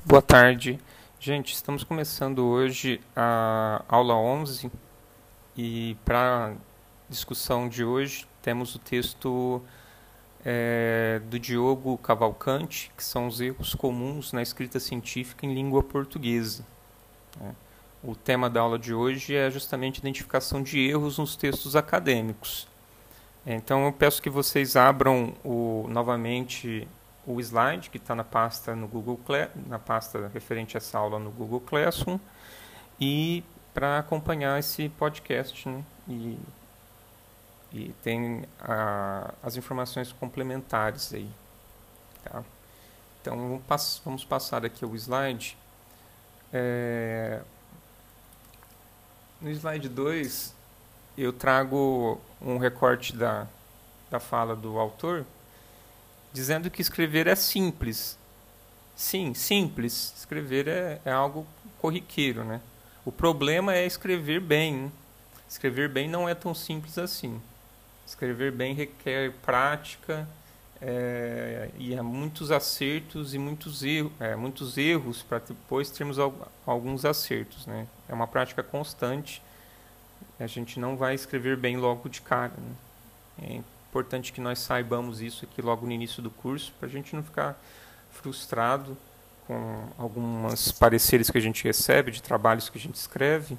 Boa tarde. Gente, estamos começando hoje a aula 11 e para discussão de hoje temos o texto do Diogo Cavalcante, que são os erros comuns na escrita científica em língua portuguesa. O tema da aula de hoje é justamente a identificação de erros nos textos acadêmicos. Então eu peço que vocês abram novamente o slide que está na pasta no Google na pasta referente a essa aula no Google Classroom e para acompanhar esse podcast, né? E tem as informações complementares aí, tá? Então vamos passar aqui o slide. No slide 2 eu trago um recorte da fala do autor, dizendo que escrever é simples. Sim, simples. Escrever é algo corriqueiro, né? O problema é escrever bem, né? Escrever bem não é tão simples assim. Escrever bem requer prática e há muitos acertos e muitos erros para depois termos alguns acertos, né? É uma prática constante. A gente não vai escrever bem logo de cara, né? É importante que nós saibamos isso aqui logo no início do curso, para a gente não ficar frustrado com alguns pareceres que a gente recebe, de trabalhos que a gente escreve,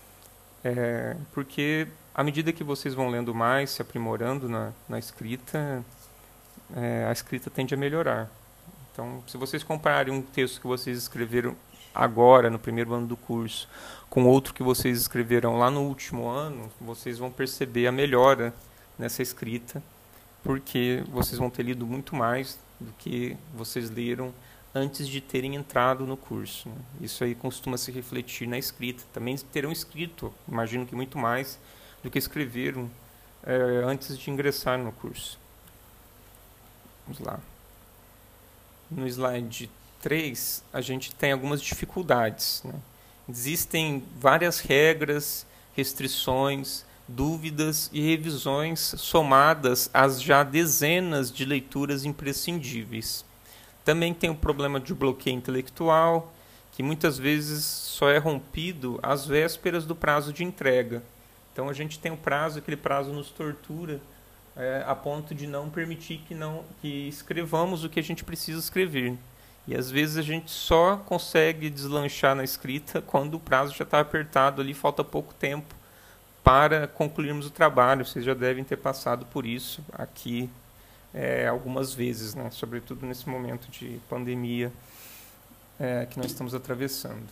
porque à medida que vocês vão lendo mais, se aprimorando na escrita, a escrita tende a melhorar. Então, se vocês compararem um texto que vocês escreveram agora, no primeiro ano do curso, com outro que vocês escreveram lá no último ano, vocês vão perceber a melhora nessa escrita, porque vocês vão ter lido muito mais do que vocês leram antes de terem entrado no curso, né? Isso aí costuma se refletir na escrita. Também terão escrito, imagino que muito mais do que escreveram antes de ingressar no curso. Vamos lá. No slide 3, a gente tem algumas dificuldades, né? Existem várias regras, restrições, dúvidas e revisões somadas às já dezenas de leituras imprescindíveis. Também tem o problema de bloqueio intelectual, que muitas vezes só é rompido às vésperas do prazo de entrega. Então a gente tem o prazo, aquele prazo nos tortura, a ponto de não permitir que escrevamos o que a gente precisa escrever. E às vezes a gente só consegue deslanchar na escrita quando o prazo já está apertado ali, falta pouco tempo para concluirmos o trabalho. Vocês já devem ter passado por isso aqui algumas vezes, né? Sobretudo nesse momento de pandemia que nós estamos atravessando.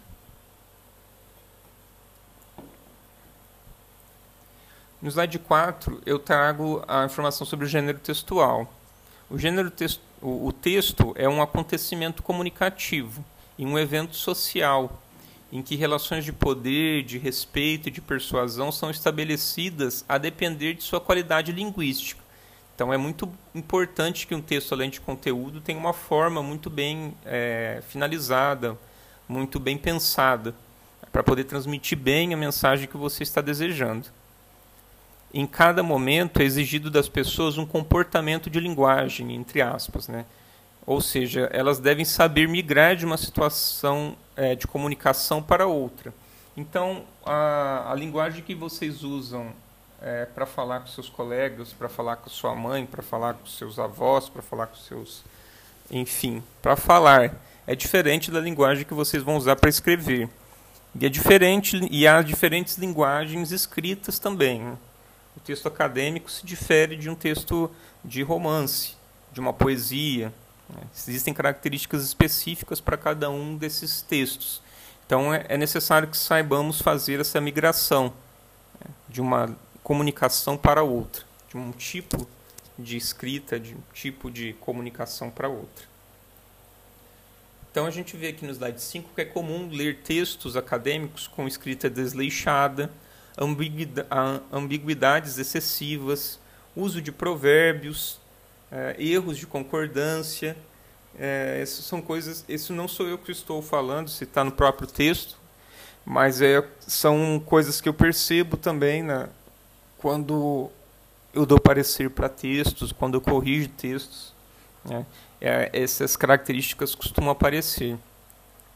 No slide 4, eu trago a informação sobre o gênero textual. O texto é um acontecimento comunicativo em um evento social, em que relações de poder, de respeito e de persuasão são estabelecidas a depender de sua qualidade linguística. Então é muito importante que um texto, além de conteúdo, tenha uma forma muito bem finalizada, muito bem pensada, para poder transmitir bem a mensagem que você está desejando. Em cada momento é exigido das pessoas um comportamento de linguagem, entre aspas, né? Ou seja, elas devem saber migrar de uma situação de comunicação para outra. Então, a linguagem que vocês usam para falar com seus colegas, para falar com sua mãe, para falar com seus avós, para falar com seus... Enfim, para falar, é diferente da linguagem que vocês vão usar para escrever. E há diferentes linguagens escritas também, né? O texto acadêmico se difere de um texto de romance, de uma poesia, né? Existem características específicas para cada um desses textos. Então é necessário que saibamos fazer essa migração, né, de uma comunicação para outra, de um tipo de escrita, de um tipo de comunicação para outra. Então a gente vê aqui no slide 5 que é comum ler textos acadêmicos com escrita desleixada, ambiguidades excessivas, uso de provérbios, erros de concordância. Essas são coisas, isso não sou eu que estou falando, se está no próprio texto, mas são coisas que eu percebo também quando eu dou parecer para textos, quando eu corrijo textos, né? Essas características costumam aparecer.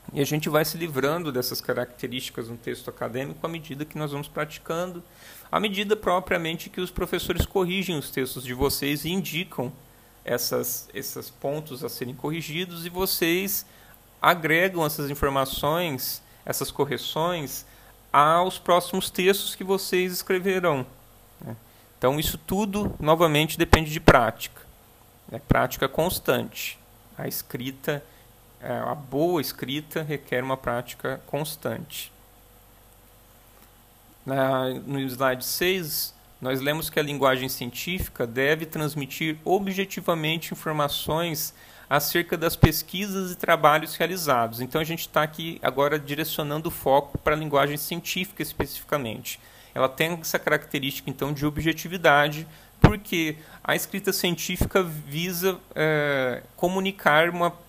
E a gente vai se livrando dessas características no texto acadêmico à medida que nós vamos praticando, à medida propriamente que os professores corrigem os textos de vocês e indicam esses pontos a serem corrigidos, e vocês agregam essas informações, essas correções, aos próximos textos que vocês escreverão. Então, isso tudo, novamente, depende de prática. É prática constante. A escrita, a boa escrita requer uma prática constante. No slide 6, nós lemos que a linguagem científica deve transmitir objetivamente informações acerca das pesquisas e trabalhos realizados. Então, a gente está aqui agora direcionando o foco para a linguagem científica especificamente. Ela tem essa característica, então, de objetividade, porque a escrita científica visa comunicar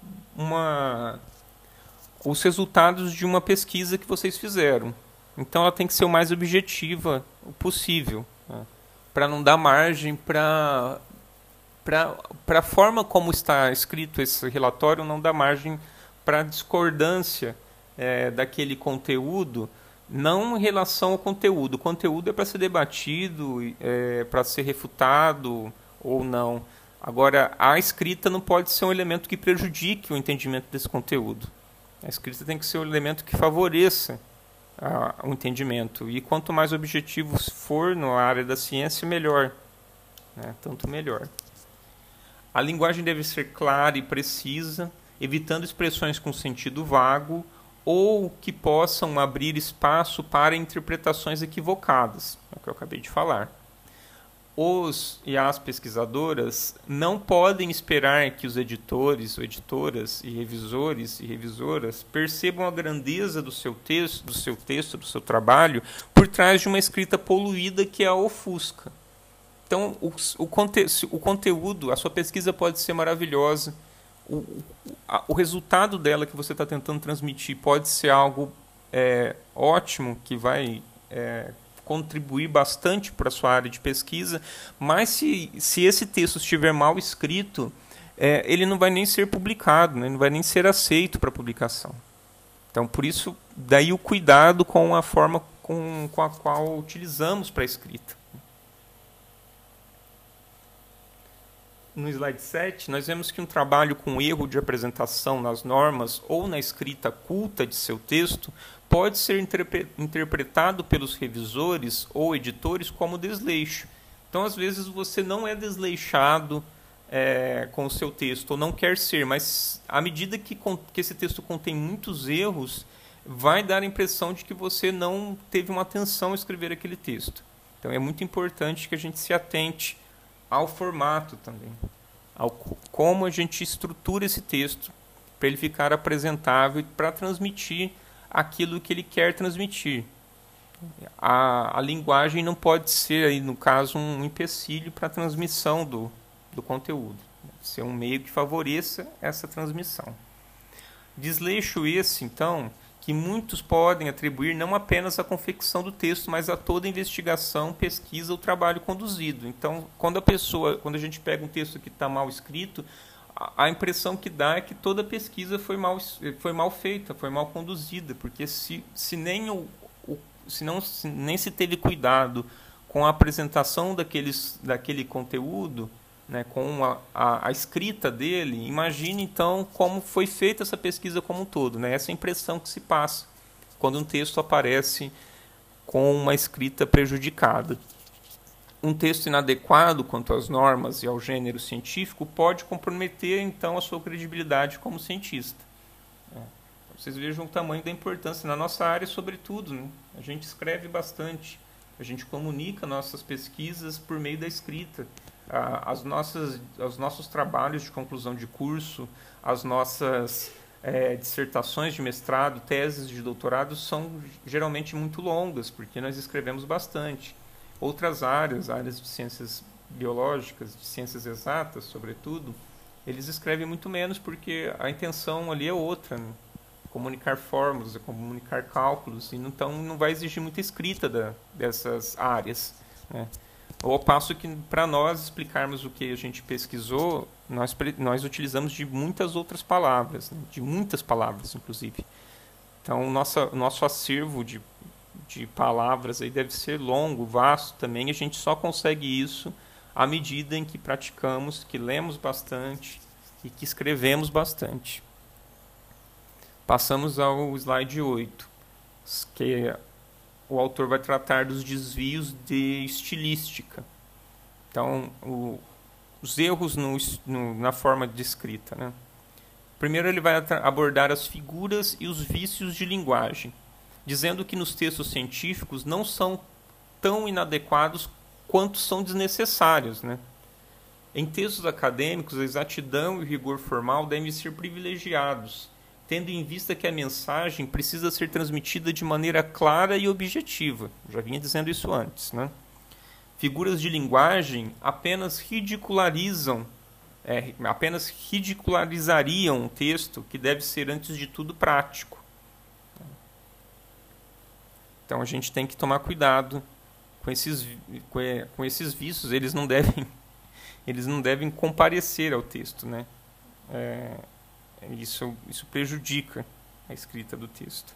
os resultados de uma pesquisa que vocês fizeram. Então, ela tem que ser o mais objetiva possível, né, para não dar margem para a forma como está escrito esse relatório, não dá margem para discordância daquele conteúdo, não em relação ao conteúdo. O conteúdo é para ser debatido, para ser refutado ou não. Agora, a escrita não pode ser um elemento que prejudique o entendimento desse conteúdo. A escrita tem que ser um elemento que favoreça o entendimento. E quanto mais objetivo for na área da ciência, melhor. Tanto melhor. A linguagem deve ser clara e precisa, evitando expressões com sentido vago ou que possam abrir espaço para interpretações equivocadas, é o que eu acabei de falar. Os e as pesquisadoras não podem esperar que os editores, ou editoras e revisores e revisoras percebam a grandeza do seu texto, do seu trabalho, por trás de uma escrita poluída que a ofusca. Então, o conteúdo, a sua pesquisa pode ser maravilhosa, o resultado dela que você está tentando transmitir pode ser algo ótimo, que vai contribuir bastante para a sua área de pesquisa, mas se esse texto estiver mal escrito, ele não vai nem ser publicado, né? Não vai nem ser aceito para publicação. Então, por isso, daí o cuidado com a forma com a qual utilizamos para a escrita. No slide 7, nós vemos que um trabalho com erro de apresentação nas normas ou na escrita culta de seu texto pode ser interpretado pelos revisores ou editores como desleixo. Então, às vezes, você não é desleixado com o seu texto, ou não quer ser, mas à medida que esse texto contém muitos erros, vai dar a impressão de que você não teve uma atenção a escrever aquele texto. Então, é muito importante que a gente se atente ao formato também, como a gente estrutura esse texto para ele ficar apresentável e para transmitir aquilo que ele quer transmitir. A linguagem não pode ser, aí, no caso, um empecilho para a transmissão do conteúdo. Deve ser um meio que favoreça essa transmissão. Desleixo esse, então, que muitos podem atribuir não apenas à confecção do texto, mas a toda investigação, pesquisa ou trabalho conduzido. Então, quando a gente pega um texto que está mal escrito, a impressão que dá é que toda a pesquisa foi mal feita, foi mal conduzida, porque se nem se teve cuidado com a apresentação daquele conteúdo, né, com a escrita dele, imagine então como foi feita essa pesquisa como um todo, né? Essa impressão que se passa quando um texto aparece com uma escrita prejudicada. Um texto inadequado quanto às normas e ao gênero científico pode comprometer então a sua credibilidade como cientista. Vocês vejam o tamanho da importância na nossa área, sobretudo, né? A gente escreve bastante, a gente comunica nossas pesquisas por meio da escrita. Os nossos trabalhos de conclusão de curso, as nossas dissertações de mestrado, teses de doutorado são geralmente muito longas, porque nós escrevemos bastante. Outras áreas de ciências biológicas, de ciências exatas, sobretudo, eles escrevem muito menos, porque a intenção ali é outra, né? Comunicar fórmulas, comunicar cálculos, e então não vai exigir muita escrita dessas áreas, né? Ao passo que, para nós explicarmos o que a gente pesquisou, nós utilizamos de muitas outras palavras, né? De muitas palavras, inclusive. Então, nosso acervo de palavras aí deve ser longo, vasto também, e a gente só consegue isso à medida em que praticamos, que lemos bastante e que escrevemos bastante. Passamos ao slide 8, que o autor vai tratar dos desvios de estilística. Então, os erros na forma de escrita, né? Primeiro ele vai abordar as figuras e os vícios de linguagem, dizendo que nos textos científicos não são tão inadequados quanto são desnecessários, né? Em textos acadêmicos, a exatidão e o rigor formal devem ser privilegiados, tendo em vista que a mensagem precisa ser transmitida de maneira clara e objetiva. Já vinha dizendo isso antes, né? Figuras de linguagem apenas ridicularizariam um texto que deve ser, antes de tudo, prático. Então a gente tem que tomar cuidado com esses vícios. Eles não devem comparecer ao texto, né? Isso prejudica a escrita do texto.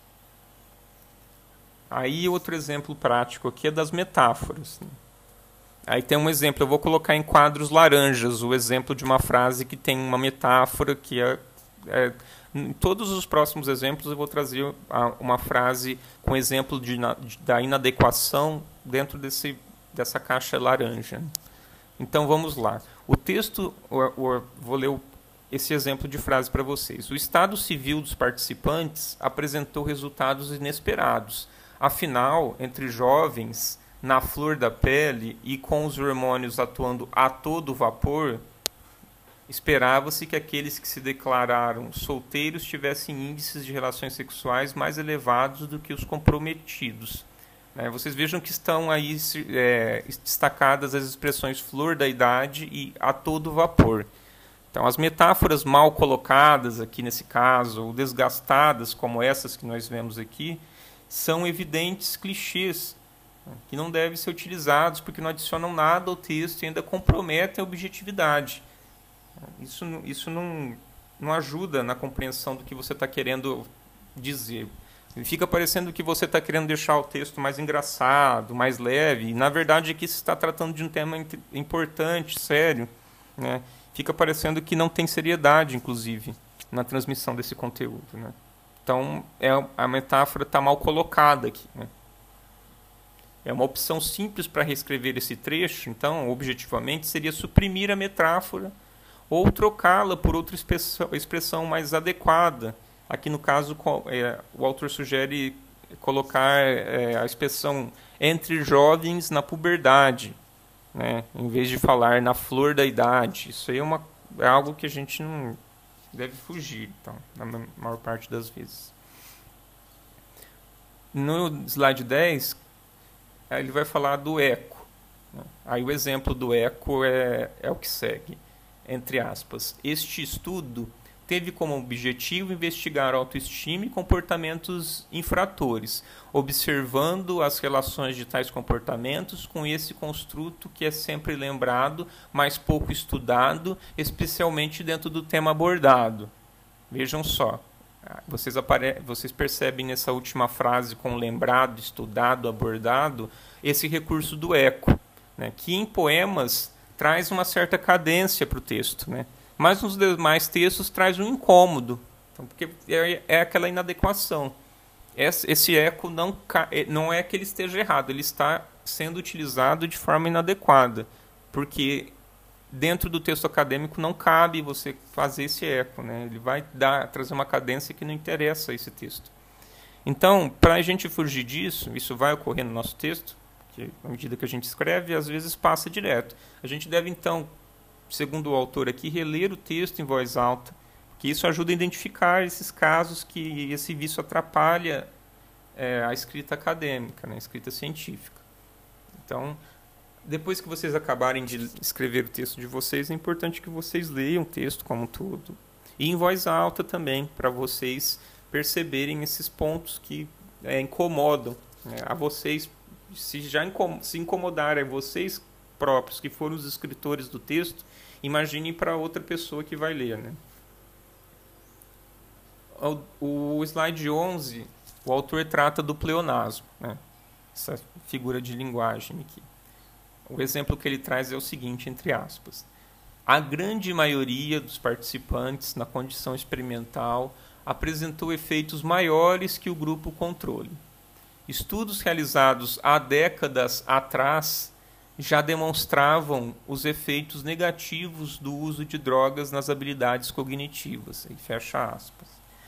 Aí outro exemplo prático aqui é das metáforas, né? Aí tem um exemplo, eu vou colocar em quadros laranjas o exemplo de uma frase que tem uma metáfora que em todos os próximos exemplos eu vou trazer uma frase com exemplo da inadequação dentro dessa caixa laranja. Então vamos lá. O texto, vou ler esse exemplo de frase para vocês. O estado civil dos participantes apresentou resultados inesperados. Afinal, entre jovens, na flor da pele e com os hormônios atuando a todo vapor, esperava-se que aqueles que se declararam solteiros tivessem índices de relações sexuais mais elevados do que os comprometidos. Vocês vejam que estão aí destacadas as expressões flor da idade e a todo vapor. Então, as metáforas mal colocadas aqui nesse caso, ou desgastadas como essas que nós vemos aqui, são evidentes clichês que não devem ser utilizados porque não adicionam nada ao texto e ainda comprometem a objetividade. Isso não ajuda na compreensão do que você está querendo dizer. Fica parecendo que você está querendo deixar o texto mais engraçado, mais leve, e na verdade aqui se está tratando de um tema importante, sério, né? Fica parecendo que não tem seriedade, inclusive, na transmissão desse conteúdo, né? Então, a metáfora está mal colocada aqui, né? É uma opção simples para reescrever esse trecho, então, objetivamente, seria suprimir a metáfora ou trocá-la por outra expressão mais adequada. Aqui, no caso, o autor sugere colocar a expressão entre jovens na puberdade, né? Em vez de falar na flor da idade. Isso aí é algo que a gente não deve fugir, então, na maior parte das vezes. No slide 10, ele vai falar do eco, né? Aí o exemplo do eco é o que segue, entre aspas. Este estudo teve como objetivo investigar autoestima e comportamentos infratores, observando as relações de tais comportamentos com esse construto que é sempre lembrado, mas pouco estudado, especialmente dentro do tema abordado. Vejam só, vocês percebem nessa última frase com lembrado, estudado, abordado, esse recurso do eco, né, que em poemas traz uma certa cadência para o texto, né? Mas nos demais textos traz um incômodo, então, porque é aquela inadequação. Esse eco não é que ele esteja errado, ele está sendo utilizado de forma inadequada, porque dentro do texto acadêmico não cabe você fazer esse eco, né? Ele vai trazer uma cadência que não interessa a esse texto. Então, para a gente fugir disso, isso vai ocorrer no nosso texto, que à medida que a gente escreve, às vezes passa direto. A gente deve, então, segundo o autor aqui, reler o texto em voz alta, que isso ajuda a identificar esses casos que esse vício atrapalha a escrita acadêmica, né, a escrita científica. Então, depois que vocês acabarem de escrever o texto de vocês, é importante que vocês leiam o texto como um todo, e em voz alta também, para vocês perceberem esses pontos que incomodam, né, a vocês. Se já se incomodarem vocês, próprios, que foram os escritores do texto, imagine para outra pessoa que vai ler, né? O slide 11, o autor trata do pleonasmo, né? Essa figura de linguagem aqui. O exemplo que ele traz é o seguinte, entre aspas: a grande maioria dos participantes na condição experimental apresentou efeitos maiores que o grupo controle. Estudos realizados há décadas atrás já demonstravam os efeitos negativos do uso de drogas nas habilidades cognitivas. Aí fecha aspas.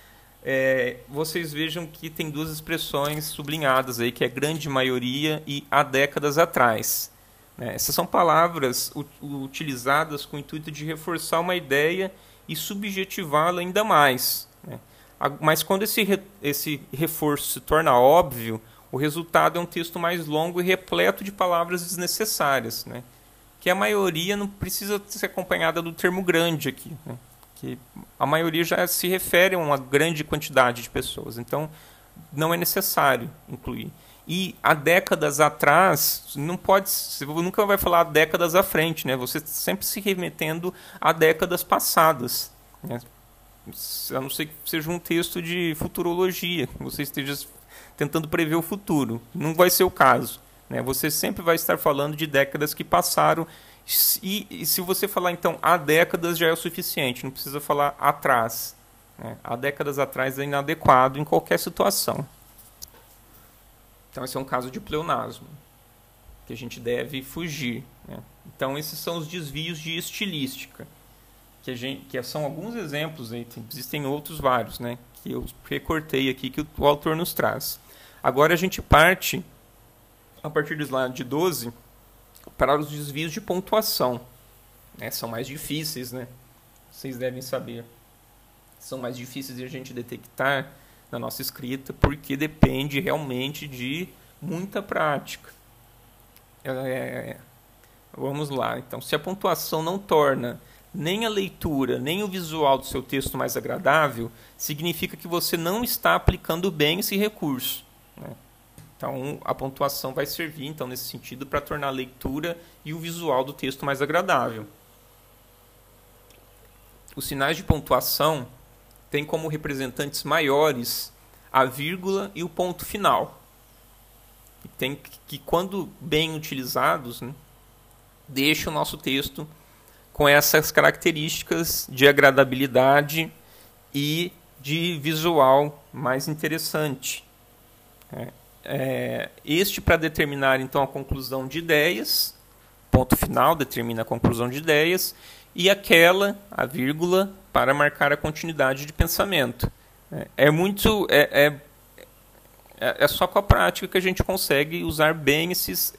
Vocês vejam que tem duas expressões sublinhadas aí, que é grande maioria e há décadas atrás. Essas são palavras utilizadas com o intuito de reforçar uma ideia e subjetivá-la ainda mais, né? Mas quando esse reforço se torna óbvio, o resultado é um texto mais longo e repleto de palavras desnecessárias, né? Que a maioria não precisa ser acompanhada do termo grande aqui, né? Que a maioria já se refere a uma grande quantidade de pessoas, então não é necessário incluir. E há décadas atrás, você nunca vai falar décadas à frente, né? Você sempre se remetendo a décadas passadas, né? A não ser que seja um texto de futurologia, que você esteja tentando prever o futuro. Não vai ser o caso, né? Você sempre vai estar falando de décadas que passaram. E se você falar, então, há décadas já é o suficiente, não precisa falar atrás, né? Há décadas atrás é inadequado em qualquer situação. Então, esse é um caso de pleonasmo, que a gente deve fugir, né? Então, esses são os desvios de estilística, que são alguns exemplos, aí, existem outros vários, né, que eu recortei aqui, que o autor nos traz. Agora a gente parte, a partir do slide 12, para os desvios de pontuação, né? São mais difíceis, né? Vocês devem saber. São mais difíceis de a gente detectar na nossa escrita, porque depende realmente de muita prática. Vamos lá. Então, se a pontuação não torna nem a leitura, nem o visual do seu texto mais agradável, significa que você não está aplicando bem esse recurso, né? Então, a pontuação vai servir, então, nesse sentido, para tornar a leitura e o visual do texto mais agradável. Os sinais de pontuação têm como representantes maiores a vírgula e o ponto final. E tem que, quando bem utilizados, né, deixa o nosso texto com essas características de agradabilidade e de visual mais interessante. Este para determinar, então, a conclusão de ideias, ponto final, determina a conclusão de ideias, e a vírgula, para marcar a continuidade de pensamento. É só com a prática que a gente consegue usar bem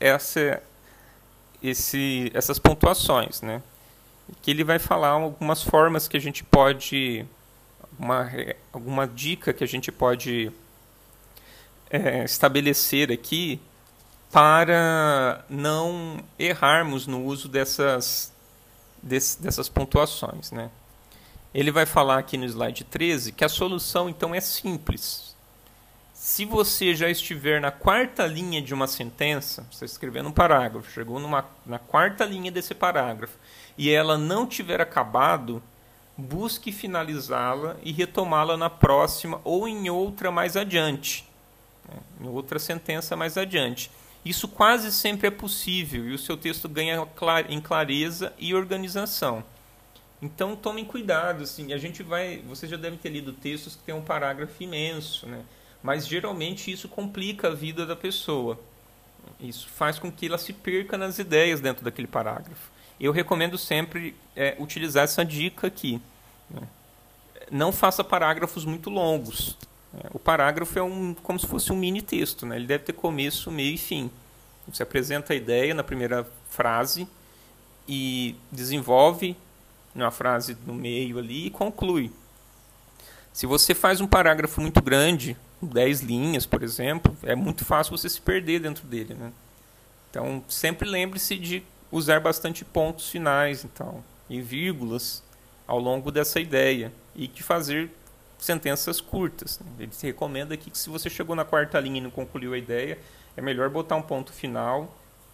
essas pontuações, né? Que ele vai falar algumas formas que a gente pode, alguma dica que a gente pode estabelecer aqui para não errarmos no uso dessas pontuações, né? Ele vai falar aqui no slide 13 que a solução, então, é simples. Se você já estiver na quarta linha de uma sentença, você escrevendo um parágrafo, chegou na quarta linha desse parágrafo, e ela não tiver acabado, busque finalizá-la e retomá-la na próxima ou em outra mais adiante, né? Em outra sentença mais adiante. Isso quase sempre é possível e o seu texto ganha em clareza e organização. Então tomem cuidado, assim, vocês já devem ter lido textos que têm um parágrafo imenso, né? Mas geralmente isso complica a vida da pessoa. Isso faz com que ela se perca nas ideias dentro daquele parágrafo. Eu recomendo sempre utilizar essa dica aqui, né? Não faça parágrafos muito longos. O parágrafo é como se fosse um mini texto, né? Ele deve ter começo, meio e fim. Você apresenta a ideia na primeira frase e desenvolve uma frase no meio ali e conclui. Se você faz um parágrafo muito grande, 10 linhas, por exemplo, é muito fácil você se perder dentro dele, né? Então, sempre lembre-se de usar bastante pontos finais, então, e vírgulas ao longo dessa ideia e de fazer sentenças curtas, né? Ele se recomenda aqui que se você chegou na quarta linha e não concluiu a ideia, é melhor botar um ponto final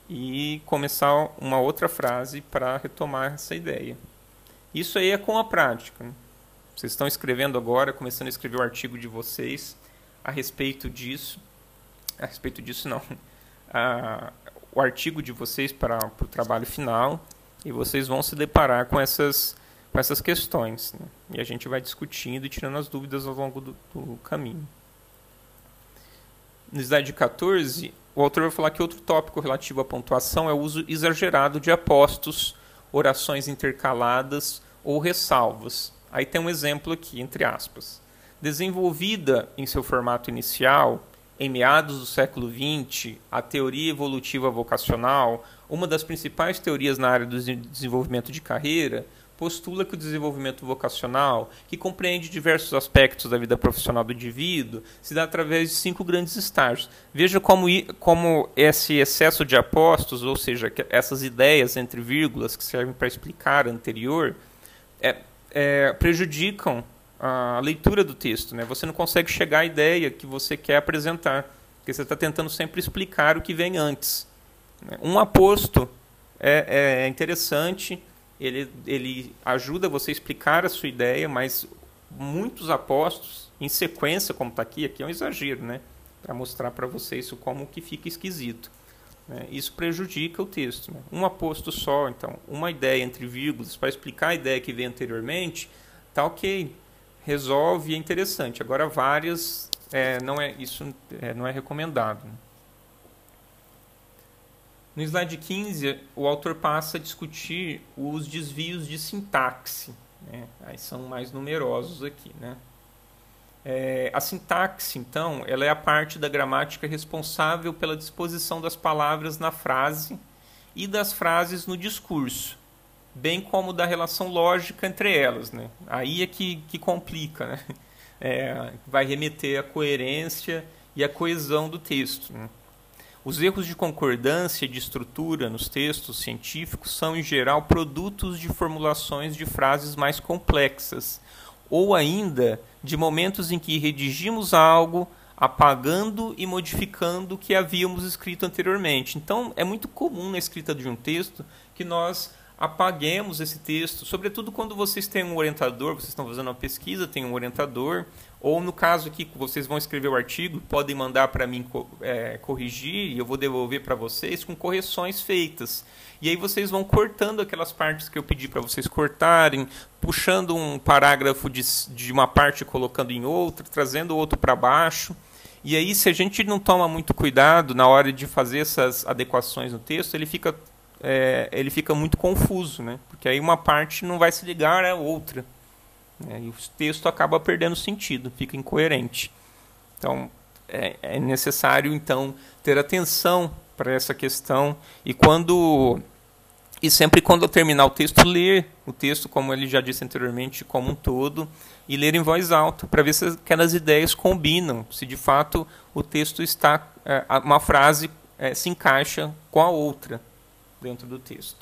e começar uma outra frase para retomar essa ideia. Isso aí é com a prática, né? Vocês estão escrevendo agora, começando a escrever o artigo de vocês a respeito disso. A respeito disso, não. O artigo de vocês para o trabalho final, e vocês vão se deparar com essas questões, né? E a gente vai discutindo e tirando as dúvidas ao longo do caminho. No slide 14, o autor vai falar que outro tópico relativo à pontuação é o uso exagerado de apostos, orações intercaladas ou ressalvas. Aí tem um exemplo aqui, entre aspas. Desenvolvida em seu formato inicial, em meados do século XX, a teoria evolutiva vocacional, uma das principais teorias na área do desenvolvimento de carreira, postula que o desenvolvimento vocacional, que compreende diversos aspectos da vida profissional do indivíduo, se dá através de 5 grandes estágios. Veja como esse excesso de apostos, ou seja, essas ideias entre vírgulas que servem para explicar a anterior, prejudicam a leitura do texto, né? Você não consegue chegar à ideia que você quer apresentar, porque você está tentando sempre explicar o que vem antes. Um aposto é interessante, ele ajuda você a explicar a sua ideia, mas muitos apostos, em sequência, como está aqui é um exagero, né? Para mostrar para vocês isso como que fica esquisito. Isso prejudica o texto, né? Um aposto só, então, uma ideia entre vírgulas para explicar a ideia que veio anteriormente, tá ok, resolve e é interessante. Agora várias, isso não é recomendado, né? No slide 15, o autor passa a discutir os desvios de sintaxe, né? Aí são mais numerosos aqui, né? A sintaxe, então, ela é a parte da gramática responsável pela disposição das palavras na frase e das frases no discurso, bem como da relação lógica entre elas, né? Aí é que complica, né? Vai remeter à coerência e à coesão do texto, né? Os erros de concordância e de estrutura nos textos científicos são, em geral, produtos de formulações de frases mais complexas, ou ainda de momentos em que redigimos algo, apagando e modificando o que havíamos escrito anteriormente. Então, é muito comum na escrita de um texto que nós apaguemos esse texto, sobretudo quando vocês têm um orientador, vocês estão fazendo uma pesquisa, tem um orientador, ou no caso aqui que vocês vão escrever o artigo, podem mandar para mim corrigir e eu vou devolver para vocês com correções feitas. E aí vocês vão cortando aquelas partes que eu pedi para vocês cortarem, puxando um parágrafo de uma parte e colocando em outra, trazendo outro para baixo. E aí, se a gente não toma muito cuidado na hora de fazer essas adequações no texto, ele fica muito confuso, né? Porque aí uma parte não vai se ligar à outra, né? E o texto acaba perdendo sentido, fica incoerente. Então, é necessário, então, ter atenção para essa questão e sempre quando eu terminar o texto, ler o texto, como ele já disse anteriormente, como um todo, e ler em voz alta, para ver se aquelas ideias combinam, se de fato o texto está, uma frase se encaixa com a outra dentro do texto.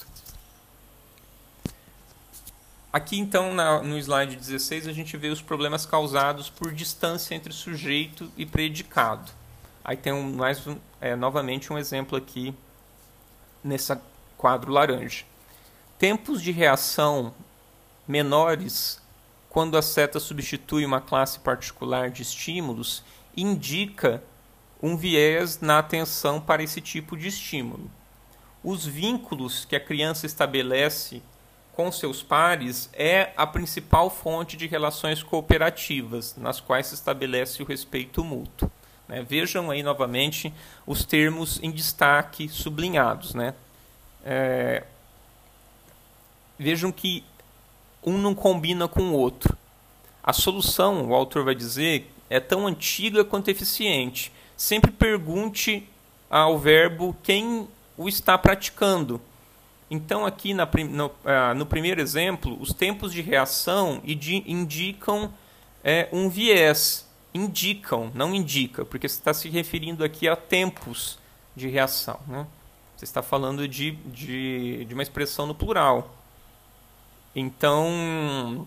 Aqui, então, no slide 16, a gente vê os problemas causados por distância entre sujeito e predicado. Aí tem novamente um exemplo aqui nesse quadro laranja. Tempos de reação menores quando a seta substitui uma classe particular de estímulos indica um viés na atenção para esse tipo de estímulo. Os vínculos que a criança estabelece com seus pares é a principal fonte de relações cooperativas, nas quais se estabelece o respeito mútuo, né? Vejam aí novamente os termos em destaque sublinhados, né? Vejam que um não combina com o outro. A solução, o autor vai dizer, é tão antiga quanto eficiente. Sempre pergunte ao verbo quem o está praticando. Então, aqui no primeiro exemplo, os tempos de reação indicam um viés. Indicam, não indica, porque você está se referindo aqui a tempos de reação, né? Você está falando de uma expressão no plural. Então,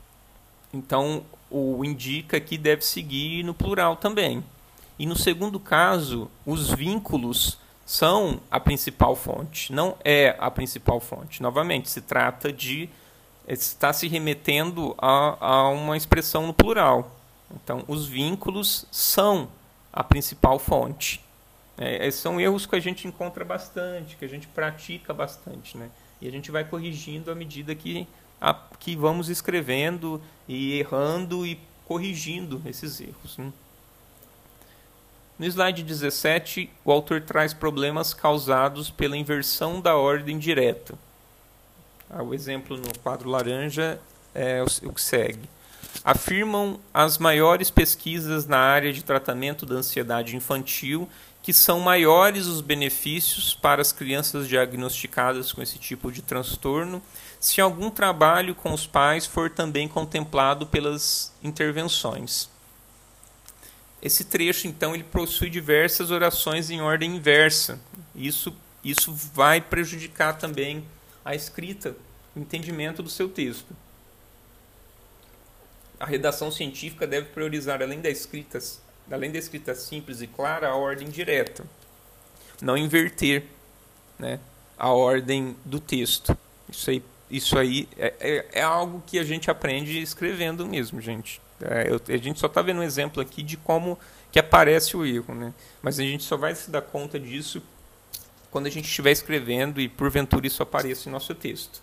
o indica aqui deve seguir no plural também. E no segundo caso, os vínculos são a principal fonte. Não é a principal fonte. Novamente, se trata de... está se remetendo a uma expressão no plural. Então, os vínculos são a principal fonte. São erros que a gente encontra bastante, que a gente pratica bastante, né? E a gente vai corrigindo à medida que vamos escrevendo e errando e corrigindo esses erros, né? No slide 17, o autor traz problemas causados pela inversão da ordem direta. O exemplo no quadro laranja é o que segue. Afirmam as maiores pesquisas na área de tratamento da ansiedade infantil que são maiores os benefícios para as crianças diagnosticadas com esse tipo de transtorno se algum trabalho com os pais for também contemplado pelas intervenções. Esse trecho, então, ele possui diversas orações em ordem inversa. Isso vai prejudicar também a escrita, o entendimento do seu texto. A redação científica deve priorizar, além da escrita simples e clara, a ordem direta. Não inverter, né, a ordem do texto. Isso aí é algo que a gente aprende escrevendo mesmo, gente. A gente só está vendo um exemplo aqui de como que aparece o erro, né? Mas a gente só vai se dar conta disso quando a gente estiver escrevendo e, porventura, isso apareça em nosso texto.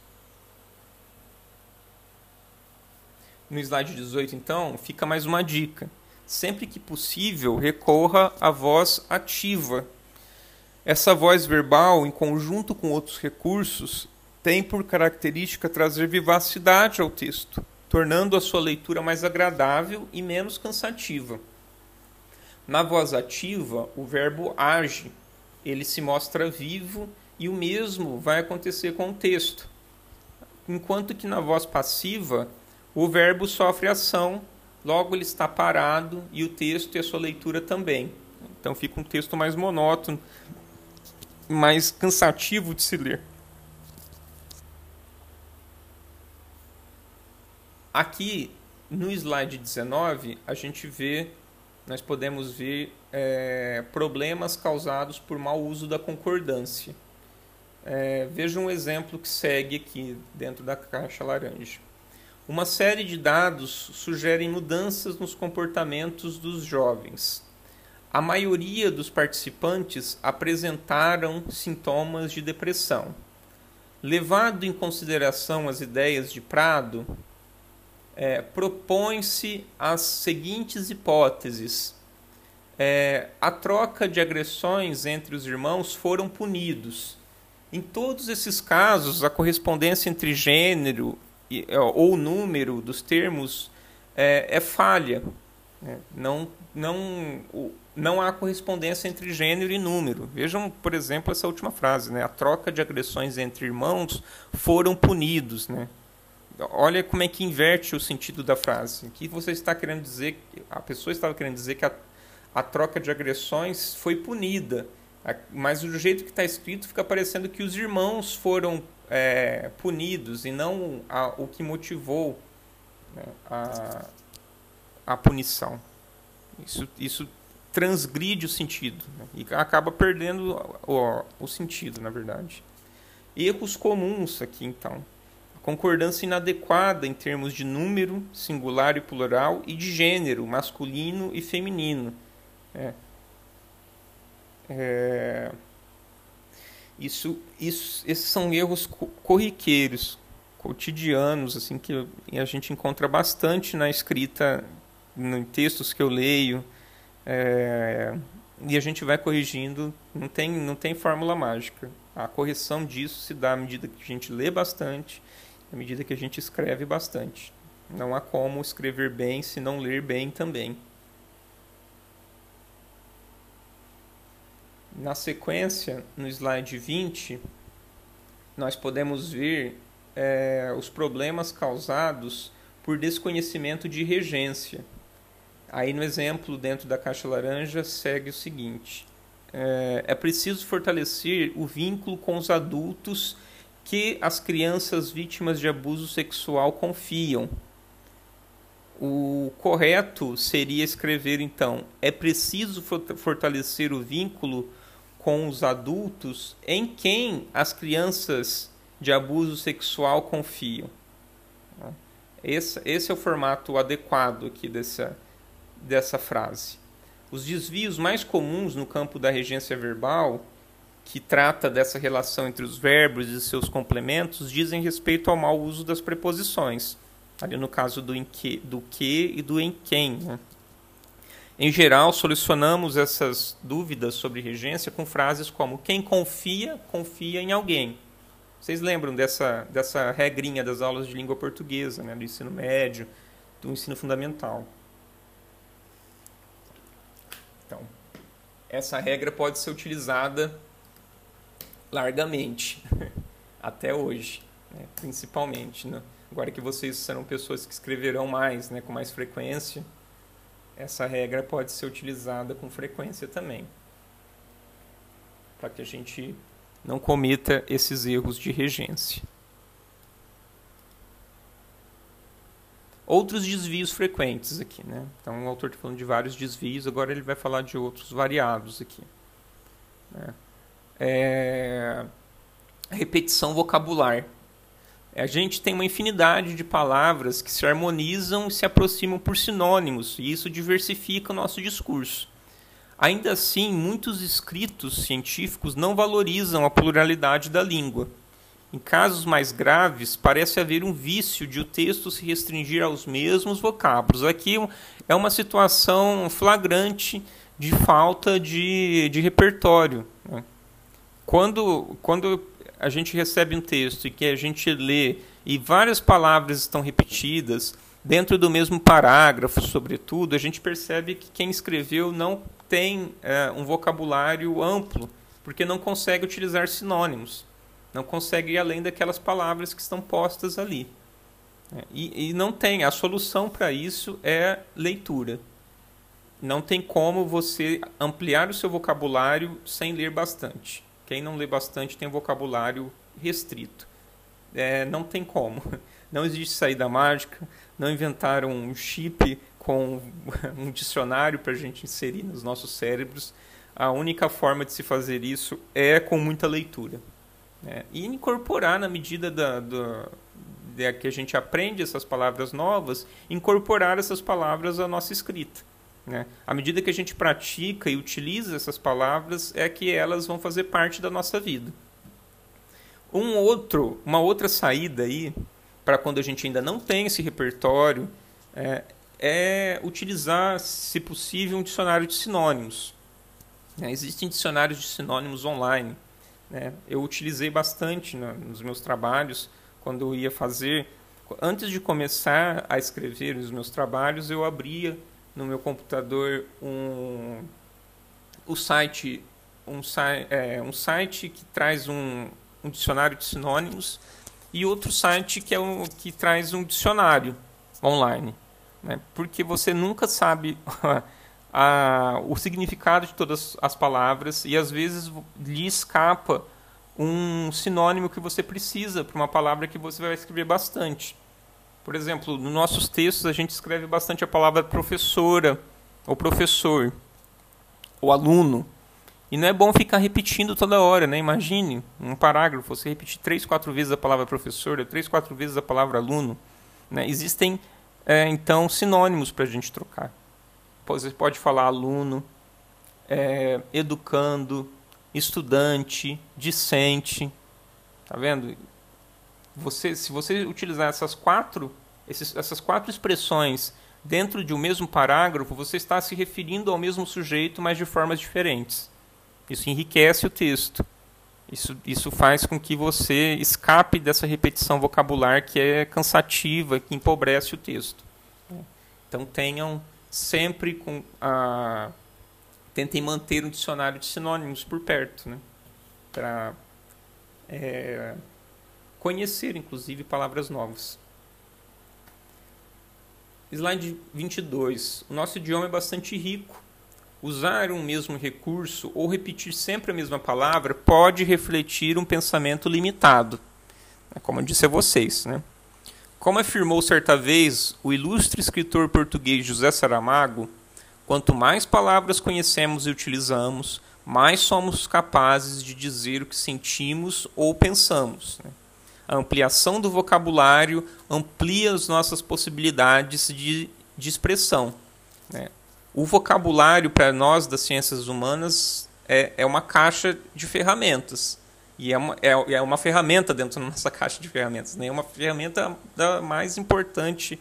No slide 18, então, fica mais uma dica. Sempre que possível, recorra à voz ativa. Essa voz verbal, em conjunto com outros recursos, tem por característica trazer vivacidade ao texto, tornando a sua leitura mais agradável e menos cansativa. Na voz ativa, o verbo age, ele se mostra vivo e o mesmo vai acontecer com o texto. Enquanto que na voz passiva, o verbo sofre ação, logo ele está parado e o texto e a sua leitura também. Então fica um texto mais monótono, mais cansativo de se ler. Aqui, no slide 19, nós podemos ver problemas causados por mau uso da concordância. Veja um exemplo que segue aqui dentro da caixa laranja. Uma série de dados sugerem mudanças nos comportamentos dos jovens. A maioria dos participantes apresentaram sintomas de depressão. Levado em consideração as ideias de Prado, propõe-se as seguintes hipóteses. A troca de agressões entre os irmãos foram punidos. Em todos esses casos, a correspondência entre gênero ou número dos termos é falha. Não há correspondência entre gênero e número. Vejam, por exemplo, essa última frase, né? A troca de agressões entre irmãos foram punidos, né? Olha como é que inverte o sentido da frase. O que você está querendo dizer? A pessoa estava querendo dizer que a troca de agressões foi punida, mas do jeito que está escrito fica parecendo que os irmãos foram punidos e não o que motivou, né, a punição. Isso transgride o sentido, né, e acaba perdendo o sentido, na verdade. Erros comuns aqui, então. Concordância inadequada em termos de número, singular e plural, e de gênero, masculino e feminino. Esses são erros corriqueiros, cotidianos, assim, que a gente encontra bastante na escrita, em textos que eu leio, e a gente vai corrigindo, não tem fórmula mágica. A correção disso se dá à medida que a gente lê bastante, à medida que a gente escreve bastante. Não há como escrever bem se não ler bem também. Na sequência, no slide 20, nós podemos ver os problemas causados por desconhecimento de regência. Aí no exemplo, dentro da caixa laranja, segue o seguinte. É preciso fortalecer o vínculo com os adultos que as crianças vítimas de abuso sexual confiam. O correto seria escrever, então, é preciso fortalecer o vínculo com os adultos em quem as crianças de abuso sexual confiam. Esse é o formato adequado aqui dessa frase. Os desvios mais comuns no campo da regência verbal, que trata dessa relação entre os verbos e seus complementos, dizem respeito ao mau uso das preposições, ali no caso do que e do em quem. Né? Em geral, solucionamos essas dúvidas sobre regência com frases como: quem confia, confia em alguém. Vocês lembram dessa regrinha das aulas de língua portuguesa, né, do ensino médio, do ensino fundamental. Então, essa regra pode ser utilizada largamente, até hoje, né, principalmente. Né? Agora que vocês serão pessoas que escreverão mais, né, com mais frequência, essa regra pode ser utilizada com frequência também, para que a gente não cometa esses erros de regência. Outros desvios frequentes aqui, né? Então o autor está falando de vários desvios, agora ele vai falar de outros variados aqui. Né? Repetição vocabular. A gente tem uma infinidade de palavras que se harmonizam e se aproximam por sinônimos, e isso diversifica o nosso discurso. Ainda assim, muitos escritos científicos não valorizam a pluralidade da língua. Em casos mais graves, parece haver um vício de o texto se restringir aos mesmos vocábulos. Aqui é uma situação flagrante de falta de repertório. Né? Quando a gente recebe um texto e que a gente lê e várias palavras estão repetidas dentro do mesmo parágrafo, sobretudo, a gente percebe que quem escreveu não tem um vocabulário amplo, porque não consegue utilizar sinônimos, não consegue ir além daquelas palavras que estão postas ali. E não tem, a solução para isso é leitura. Não tem como você ampliar o seu vocabulário sem ler bastante. Quem não lê bastante tem vocabulário restrito. Não tem como. Não existe saída mágica, não inventaram um chip com um dicionário para a gente inserir nos nossos cérebros. A única forma de se fazer isso é com muita leitura. Né? E incorporar, na medida que a gente aprende essas palavras novas, incorporar essas palavras à nossa escrita. Né? À medida que a gente pratica e utiliza essas palavras, é que elas vão fazer parte da nossa vida. Uma outra saída aí, para quando a gente ainda não tem esse repertório, é utilizar, se possível, um dicionário de sinônimos. Existem dicionários de sinônimos online. Né? Eu utilizei bastante nos meus trabalhos, quando eu ia fazer. Antes de começar a escrever os meus trabalhos, eu abria no meu computador um site que traz um dicionário de sinônimos e outro site que traz um dicionário online. Né? Porque você nunca sabe o significado de todas as palavras e às vezes lhe escapa um sinônimo que você precisa para uma palavra que você vai escrever bastante. Por exemplo, nos nossos textos a gente escreve bastante a palavra professora, ou professor, ou aluno. E não é bom ficar repetindo toda hora, né? Imagine um parágrafo, você repetir 3, 4 vezes a palavra professora, 3, 4 vezes a palavra aluno. Né? Existem, então, sinônimos para a gente trocar. Você pode falar aluno, educando, estudante, discente. Tá vendo? Se você utilizar essas quatro expressões dentro de um mesmo parágrafo, você está se referindo ao mesmo sujeito, mas de formas diferentes. Isso enriquece o texto. Isso faz com que você escape dessa repetição vocabular que é cansativa, que empobrece o texto. Então tenham sempre tentem manter um dicionário de sinônimos por perto, né? Para conhecer, inclusive, palavras novas. Slide 22. O nosso idioma é bastante rico. Usar um mesmo recurso ou repetir sempre a mesma palavra pode refletir um pensamento limitado, como eu disse a vocês. Né? Como afirmou certa vez o ilustre escritor português José Saramago, quanto mais palavras conhecemos e utilizamos, mais somos capazes de dizer o que sentimos ou pensamos, né? A ampliação do vocabulário amplia as nossas possibilidades de expressão, né? O vocabulário, para nós das ciências humanas, é uma caixa de ferramentas. E é uma ferramenta dentro da nossa caixa de ferramentas, né? É uma ferramenta da mais importante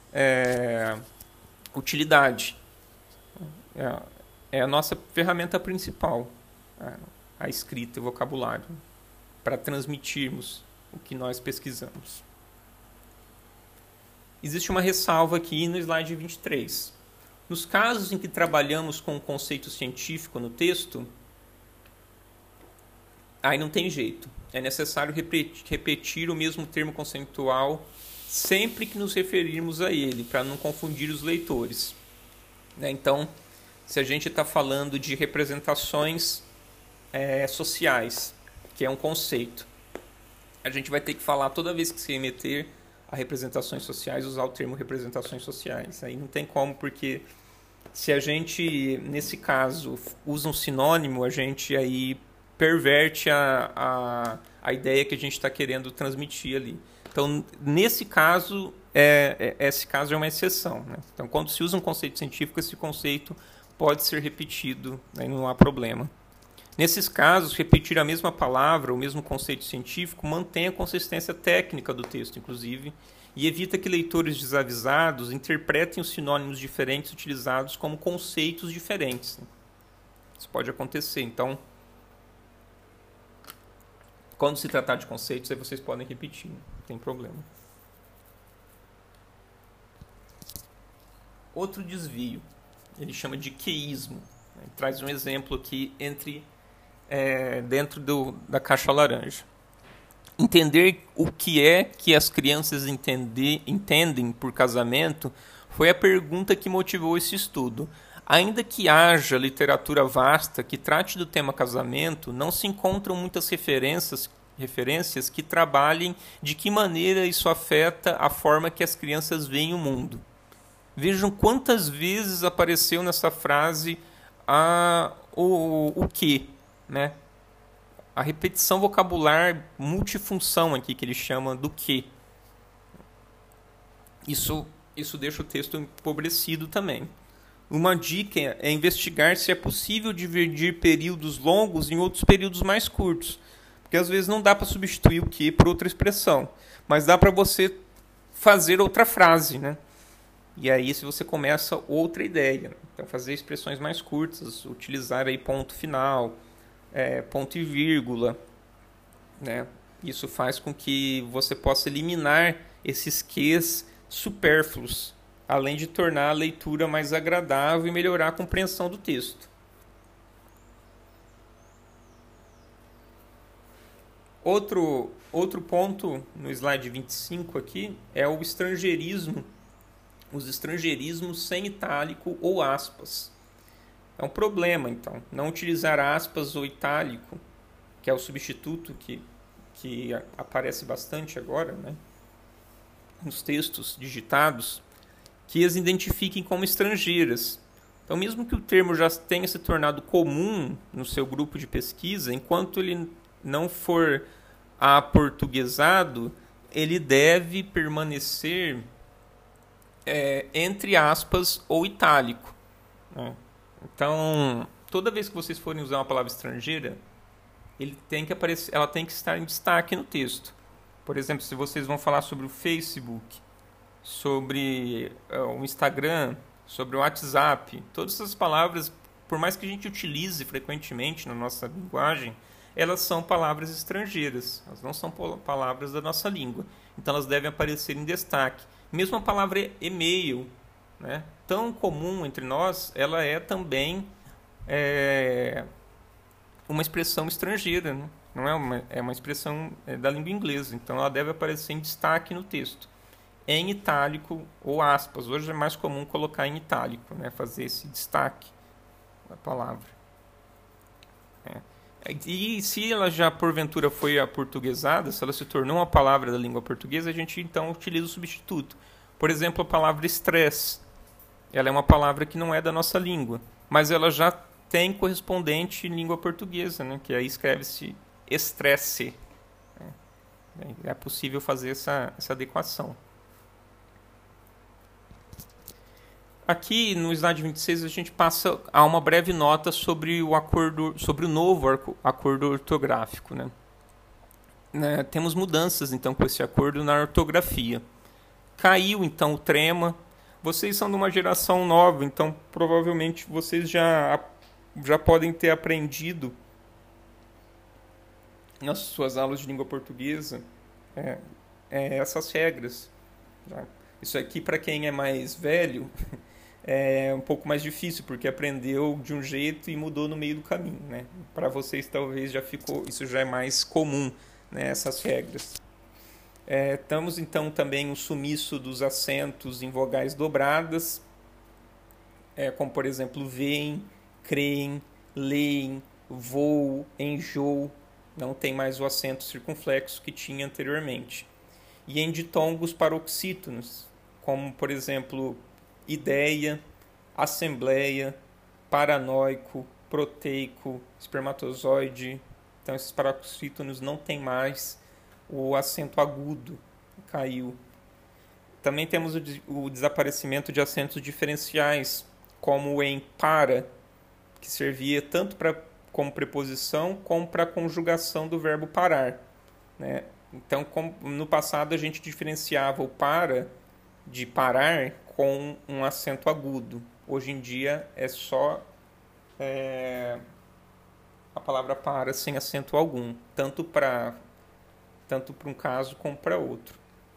utilidade. É a nossa ferramenta principal, a escrita e o vocabulário, para transmitirmos o que nós pesquisamos. Existe uma ressalva aqui no slide 23. Nos casos em que trabalhamos com um conceito científico no texto, aí não tem jeito. É necessário repetir o mesmo termo conceitual sempre que nos referirmos a ele, para não confundir os leitores, né? Então, se a gente está falando de representações sociais, que é um conceito, a gente vai ter que falar toda vez que se remeter a representações sociais, usar o termo representações sociais. Aí não tem como, porque se a gente, nesse caso, usa um sinônimo, a gente aí perverte a ideia que a gente está querendo transmitir ali. Então, nesse caso, esse caso é uma exceção, né? Então, quando se usa um conceito científico, esse conceito pode ser repetido, né? Não há problema. Nesses casos, repetir a mesma palavra, o mesmo conceito científico, mantém a consistência técnica do texto, inclusive, e evita que leitores desavisados interpretem os sinônimos diferentes utilizados como conceitos diferentes. Isso pode acontecer. Então, quando se tratar de conceitos, aí vocês podem repetir, não tem problema. Outro desvio, ele chama de queísmo. Ele traz um exemplo aqui dentro da caixa laranja. Entender o que é que as crianças entendem por casamento foi a pergunta que motivou esse estudo. Ainda que haja literatura vasta que trate do tema casamento, não se encontram muitas referências que trabalhem de que maneira isso afeta a forma que as crianças veem o mundo. Vejam quantas vezes apareceu nessa frase o que, né? A repetição vocabular multifunção aqui que ele chama do que. Isso deixa o texto empobrecido também. Uma dica é investigar se é possível dividir períodos longos em outros períodos mais curtos. Porque às vezes não dá para substituir o que por outra expressão. Mas dá para você fazer outra frase, né? E aí se você começa outra ideia. Então fazer expressões mais curtas, utilizar aí ponto final, ponto e vírgula, né? Isso faz com que você possa eliminar esses quês supérfluos, além de tornar a leitura mais agradável e melhorar a compreensão do texto. Outro ponto no slide 25 aqui é o estrangeirismo, os estrangeirismos sem itálico ou aspas. É um problema, então, não utilizar aspas ou itálico, que é o substituto que aparece bastante agora, né, nos textos digitados, que as identifiquem como estrangeiras. Então, mesmo que o termo já tenha se tornado comum no seu grupo de pesquisa, enquanto ele não for aportuguesado, ele deve permanecer entre aspas ou itálico, né? Então, toda vez que vocês forem usar uma palavra estrangeira, ela tem que estar em destaque no texto. Por exemplo, se vocês vão falar sobre o Facebook, sobre o Instagram, sobre o WhatsApp, todas essas palavras, por mais que a gente utilize frequentemente na nossa linguagem, elas são palavras estrangeiras, elas não são palavras da nossa língua. Então elas devem aparecer em destaque. Mesmo a palavra e-mail, né, tão comum entre nós, ela é também uma expressão estrangeira, né? Não é uma expressão da língua inglesa. Então ela deve aparecer em destaque no texto, em itálico ou aspas. Hoje é mais comum colocar em itálico, né, fazer esse destaque da palavra. E se ela já porventura foi aportuguesada, se ela se tornou uma palavra da língua portuguesa, a gente então utiliza o substituto. Por exemplo, a palavra estresse. Ela é uma palavra que não é da nossa língua, mas ela já tem correspondente em língua portuguesa, né? Que aí escreve-se estresse. É possível fazer essa adequação. Aqui no slide 26 a gente passa a uma breve nota sobre o novo acordo ortográfico, né? Temos mudanças então com esse acordo na ortografia. Caiu então o trema. Vocês são de uma geração nova, então provavelmente vocês já podem ter aprendido nas suas aulas de língua portuguesa essas regras. Tá? Isso aqui, para quem é mais velho, é um pouco mais difícil, porque aprendeu de um jeito e mudou no meio do caminho. Né? Para vocês talvez isso já é mais comum, né? Essas regras. Temos então também o sumiço dos acentos em vogais dobradas, como por exemplo veem, creem, leem, voo, enjoo, não tem mais o acento circunflexo que tinha anteriormente. E em ditongos paroxítonos, como por exemplo ideia, assembleia, paranoico, proteico, espermatozoide. Então esses paroxítonos não tem mais o acento agudo, caiu. Também temos o desaparecimento de acentos diferenciais, como em para, que servia tanto como preposição como para a conjugação do verbo parar. Né? Então, no passado a gente diferenciava o para de parar com um acento agudo. Hoje em dia é só a palavra para sem acento algum, tanto para um caso como para outro.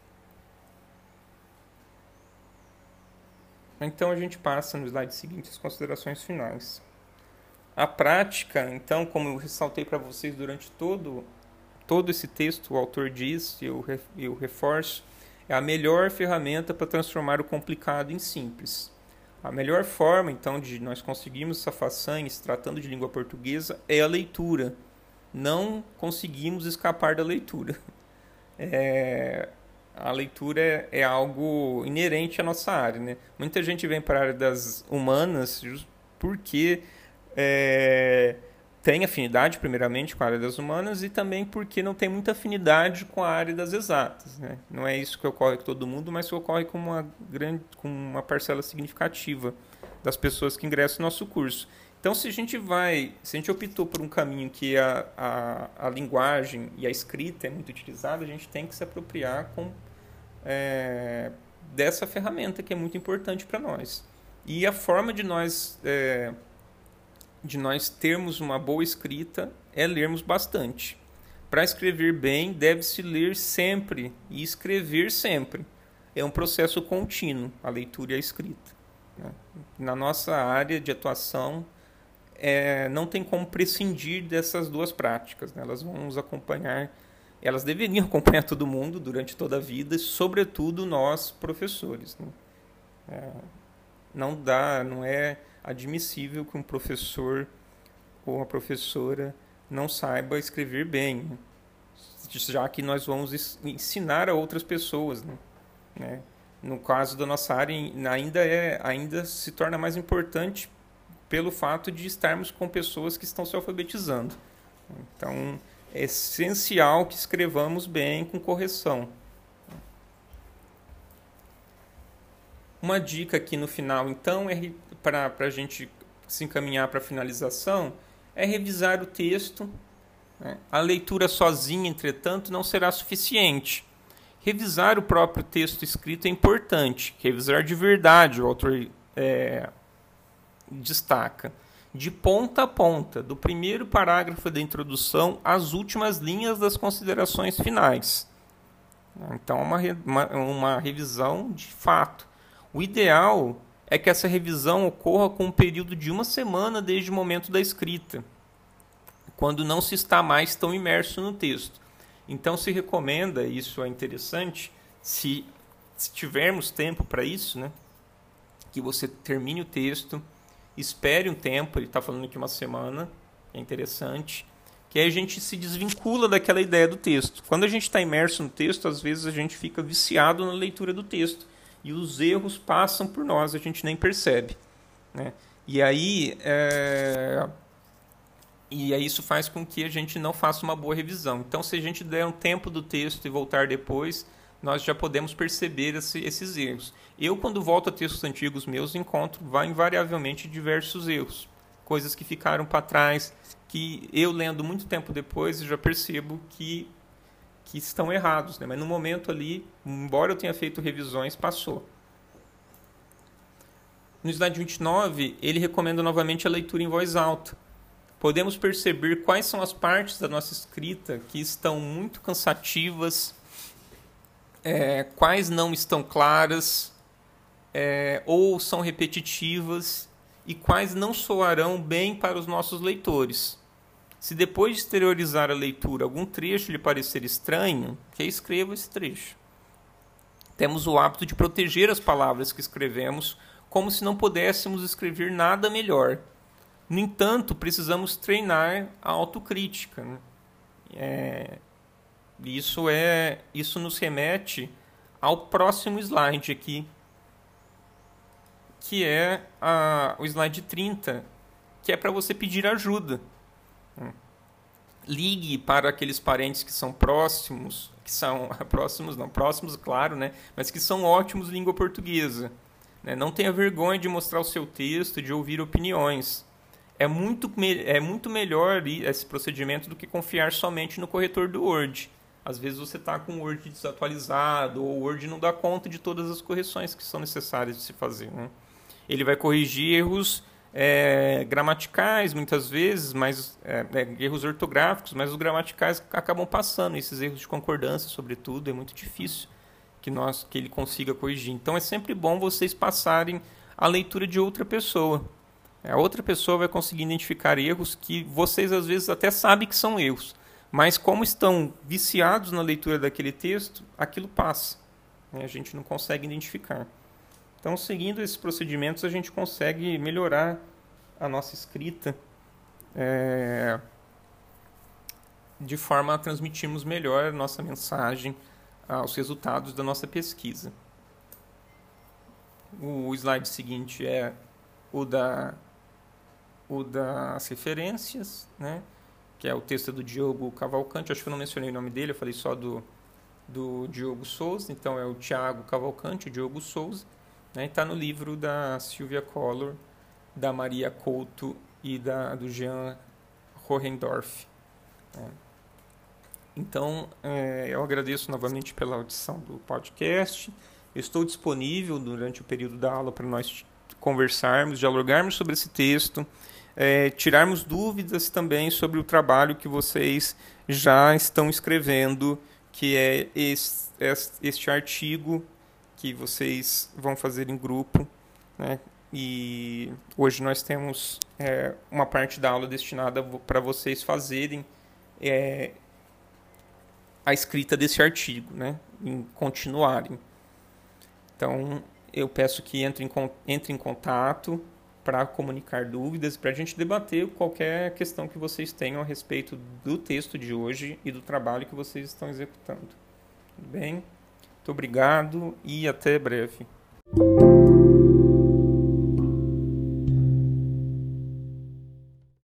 Então a gente passa no slide seguinte as considerações finais. A prática, então, como eu ressaltei para vocês durante todo esse texto, o autor diz, e eu reforço, é a melhor ferramenta para transformar o complicado em simples. A melhor forma, então, de nós conseguirmos essa façanha, se tratando de língua portuguesa, é a leitura. Não conseguimos escapar da leitura. A leitura é algo inerente à nossa área. Né? Muita gente vem para a área das humanas porque tem afinidade, primeiramente, com a área das humanas e também porque não tem muita afinidade com a área das exatas. Né? Não é isso que ocorre com todo mundo, mas que ocorre com uma parcela significativa das pessoas que ingressam no nosso curso. Então, se a gente optou por um caminho que a linguagem e a escrita é muito utilizada, a gente tem que se apropriar dessa ferramenta que é muito importante para nós. E a forma de nós termos uma boa escrita é lermos bastante. Para escrever bem, deve-se ler sempre e escrever sempre. É um processo contínuo, a leitura e a escrita. Né? Na nossa área de atuação, não tem como prescindir dessas duas práticas. Né? Elas vão nos acompanhar, elas deveriam acompanhar todo mundo durante toda a vida, sobretudo nós, professores. Né? Não é admissível que um professor ou uma professora não saiba escrever bem, né? Já que nós vamos ensinar a outras pessoas. Né? No caso da nossa área, ainda se torna mais importante pelo fato de estarmos com pessoas que estão se alfabetizando. Então, é essencial que escrevamos bem com correção. Uma dica aqui no final, então, para a gente se encaminhar para a finalização, é revisar o texto. Né? A leitura sozinha, entretanto, não será suficiente. Revisar o próprio texto escrito é importante. Revisar de verdade, o autor destaca. De ponta a ponta, do primeiro parágrafo da introdução às últimas linhas das considerações finais. Então, uma revisão de fato. O ideal é que essa revisão ocorra com um período de 1 semana desde o momento da escrita, quando não se está mais tão imerso no texto. Então se recomenda, isso é interessante, se tivermos tempo para isso, né, que você termine o texto, espere um tempo, ele está falando aqui 1 semana, é interessante, que aí a gente se desvincula daquela ideia do texto. Quando a gente está imerso no texto, às vezes a gente fica viciado na leitura do texto, e os erros passam por nós, a gente nem percebe. Né? E aí, isso faz com que a gente não faça uma boa revisão. Então, se a gente der um tempo do texto e voltar depois, nós já podemos perceber esses erros. Eu, quando volto a textos antigos meus, encontro invariavelmente diversos erros. Coisas que ficaram para trás, que eu, lendo muito tempo depois, já percebo que estão errados, né? Mas no momento ali, embora eu tenha feito revisões, passou. No slide 29, ele recomenda novamente a leitura em voz alta. Podemos perceber quais são as partes da nossa escrita que estão muito cansativas, quais não estão claras, ou são repetitivas, e quais não soarão bem para os nossos leitores. Se depois de exteriorizar a leitura algum trecho lhe parecer estranho, reescreva esse trecho. Temos o hábito de proteger as palavras que escrevemos como se não pudéssemos escrever nada melhor. No entanto, precisamos treinar a autocrítica, né? Isso nos remete ao próximo slide aqui, que é o slide 30, que é para você pedir ajuda. Ligue para aqueles parentes que são próximos, próximos, claro, né? Mas que são ótimos em língua portuguesa. Né? Não tenha vergonha de mostrar o seu texto, de ouvir opiniões. É muito melhor esse procedimento do que confiar somente no corretor do Word. Às vezes você está com o Word desatualizado, ou o Word não dá conta de todas as correções que são necessárias de se fazer, né? Ele vai corrigir erros gramaticais, muitas vezes, mas erros ortográficos, mas os gramaticais acabam passando. Esses erros de concordância, sobretudo, é muito difícil que ele consiga corrigir. Então, é sempre bom vocês passarem a leitura de outra pessoa. A outra pessoa vai conseguir identificar erros que vocês, às vezes, até sabem que são erros, mas como estão viciados na leitura daquele texto, aquilo passa, né? A gente não consegue identificar. Então, seguindo esses procedimentos, a gente consegue melhorar a nossa escrita de forma a transmitirmos melhor a nossa mensagem aos resultados da nossa pesquisa. O slide seguinte é o das referências, né? Que é o texto do Diogo Cavalcante. Acho que eu não mencionei o nome dele, eu falei só do Diogo Souza. Então, é o Tiago Cavalcante, o Diogo Souza. Né? Está no livro da Sylvia Collor, da Maria Couto e do Jean Hohendorf. Então, eu agradeço novamente pela audição do podcast. Eu estou disponível durante o período da aula para nós conversarmos, dialogarmos sobre esse texto, tirarmos dúvidas também sobre o trabalho que vocês já estão escrevendo, que é este artigo que vocês vão fazer em grupo, né? E hoje nós temos uma parte da aula destinada para vocês fazerem a escrita desse artigo, né? Em continuarem. Então, eu peço que entre em contato para comunicar dúvidas, para a gente debater qualquer questão que vocês tenham a respeito do texto de hoje e do trabalho que vocês estão executando. Tudo bem? Muito obrigado e até breve.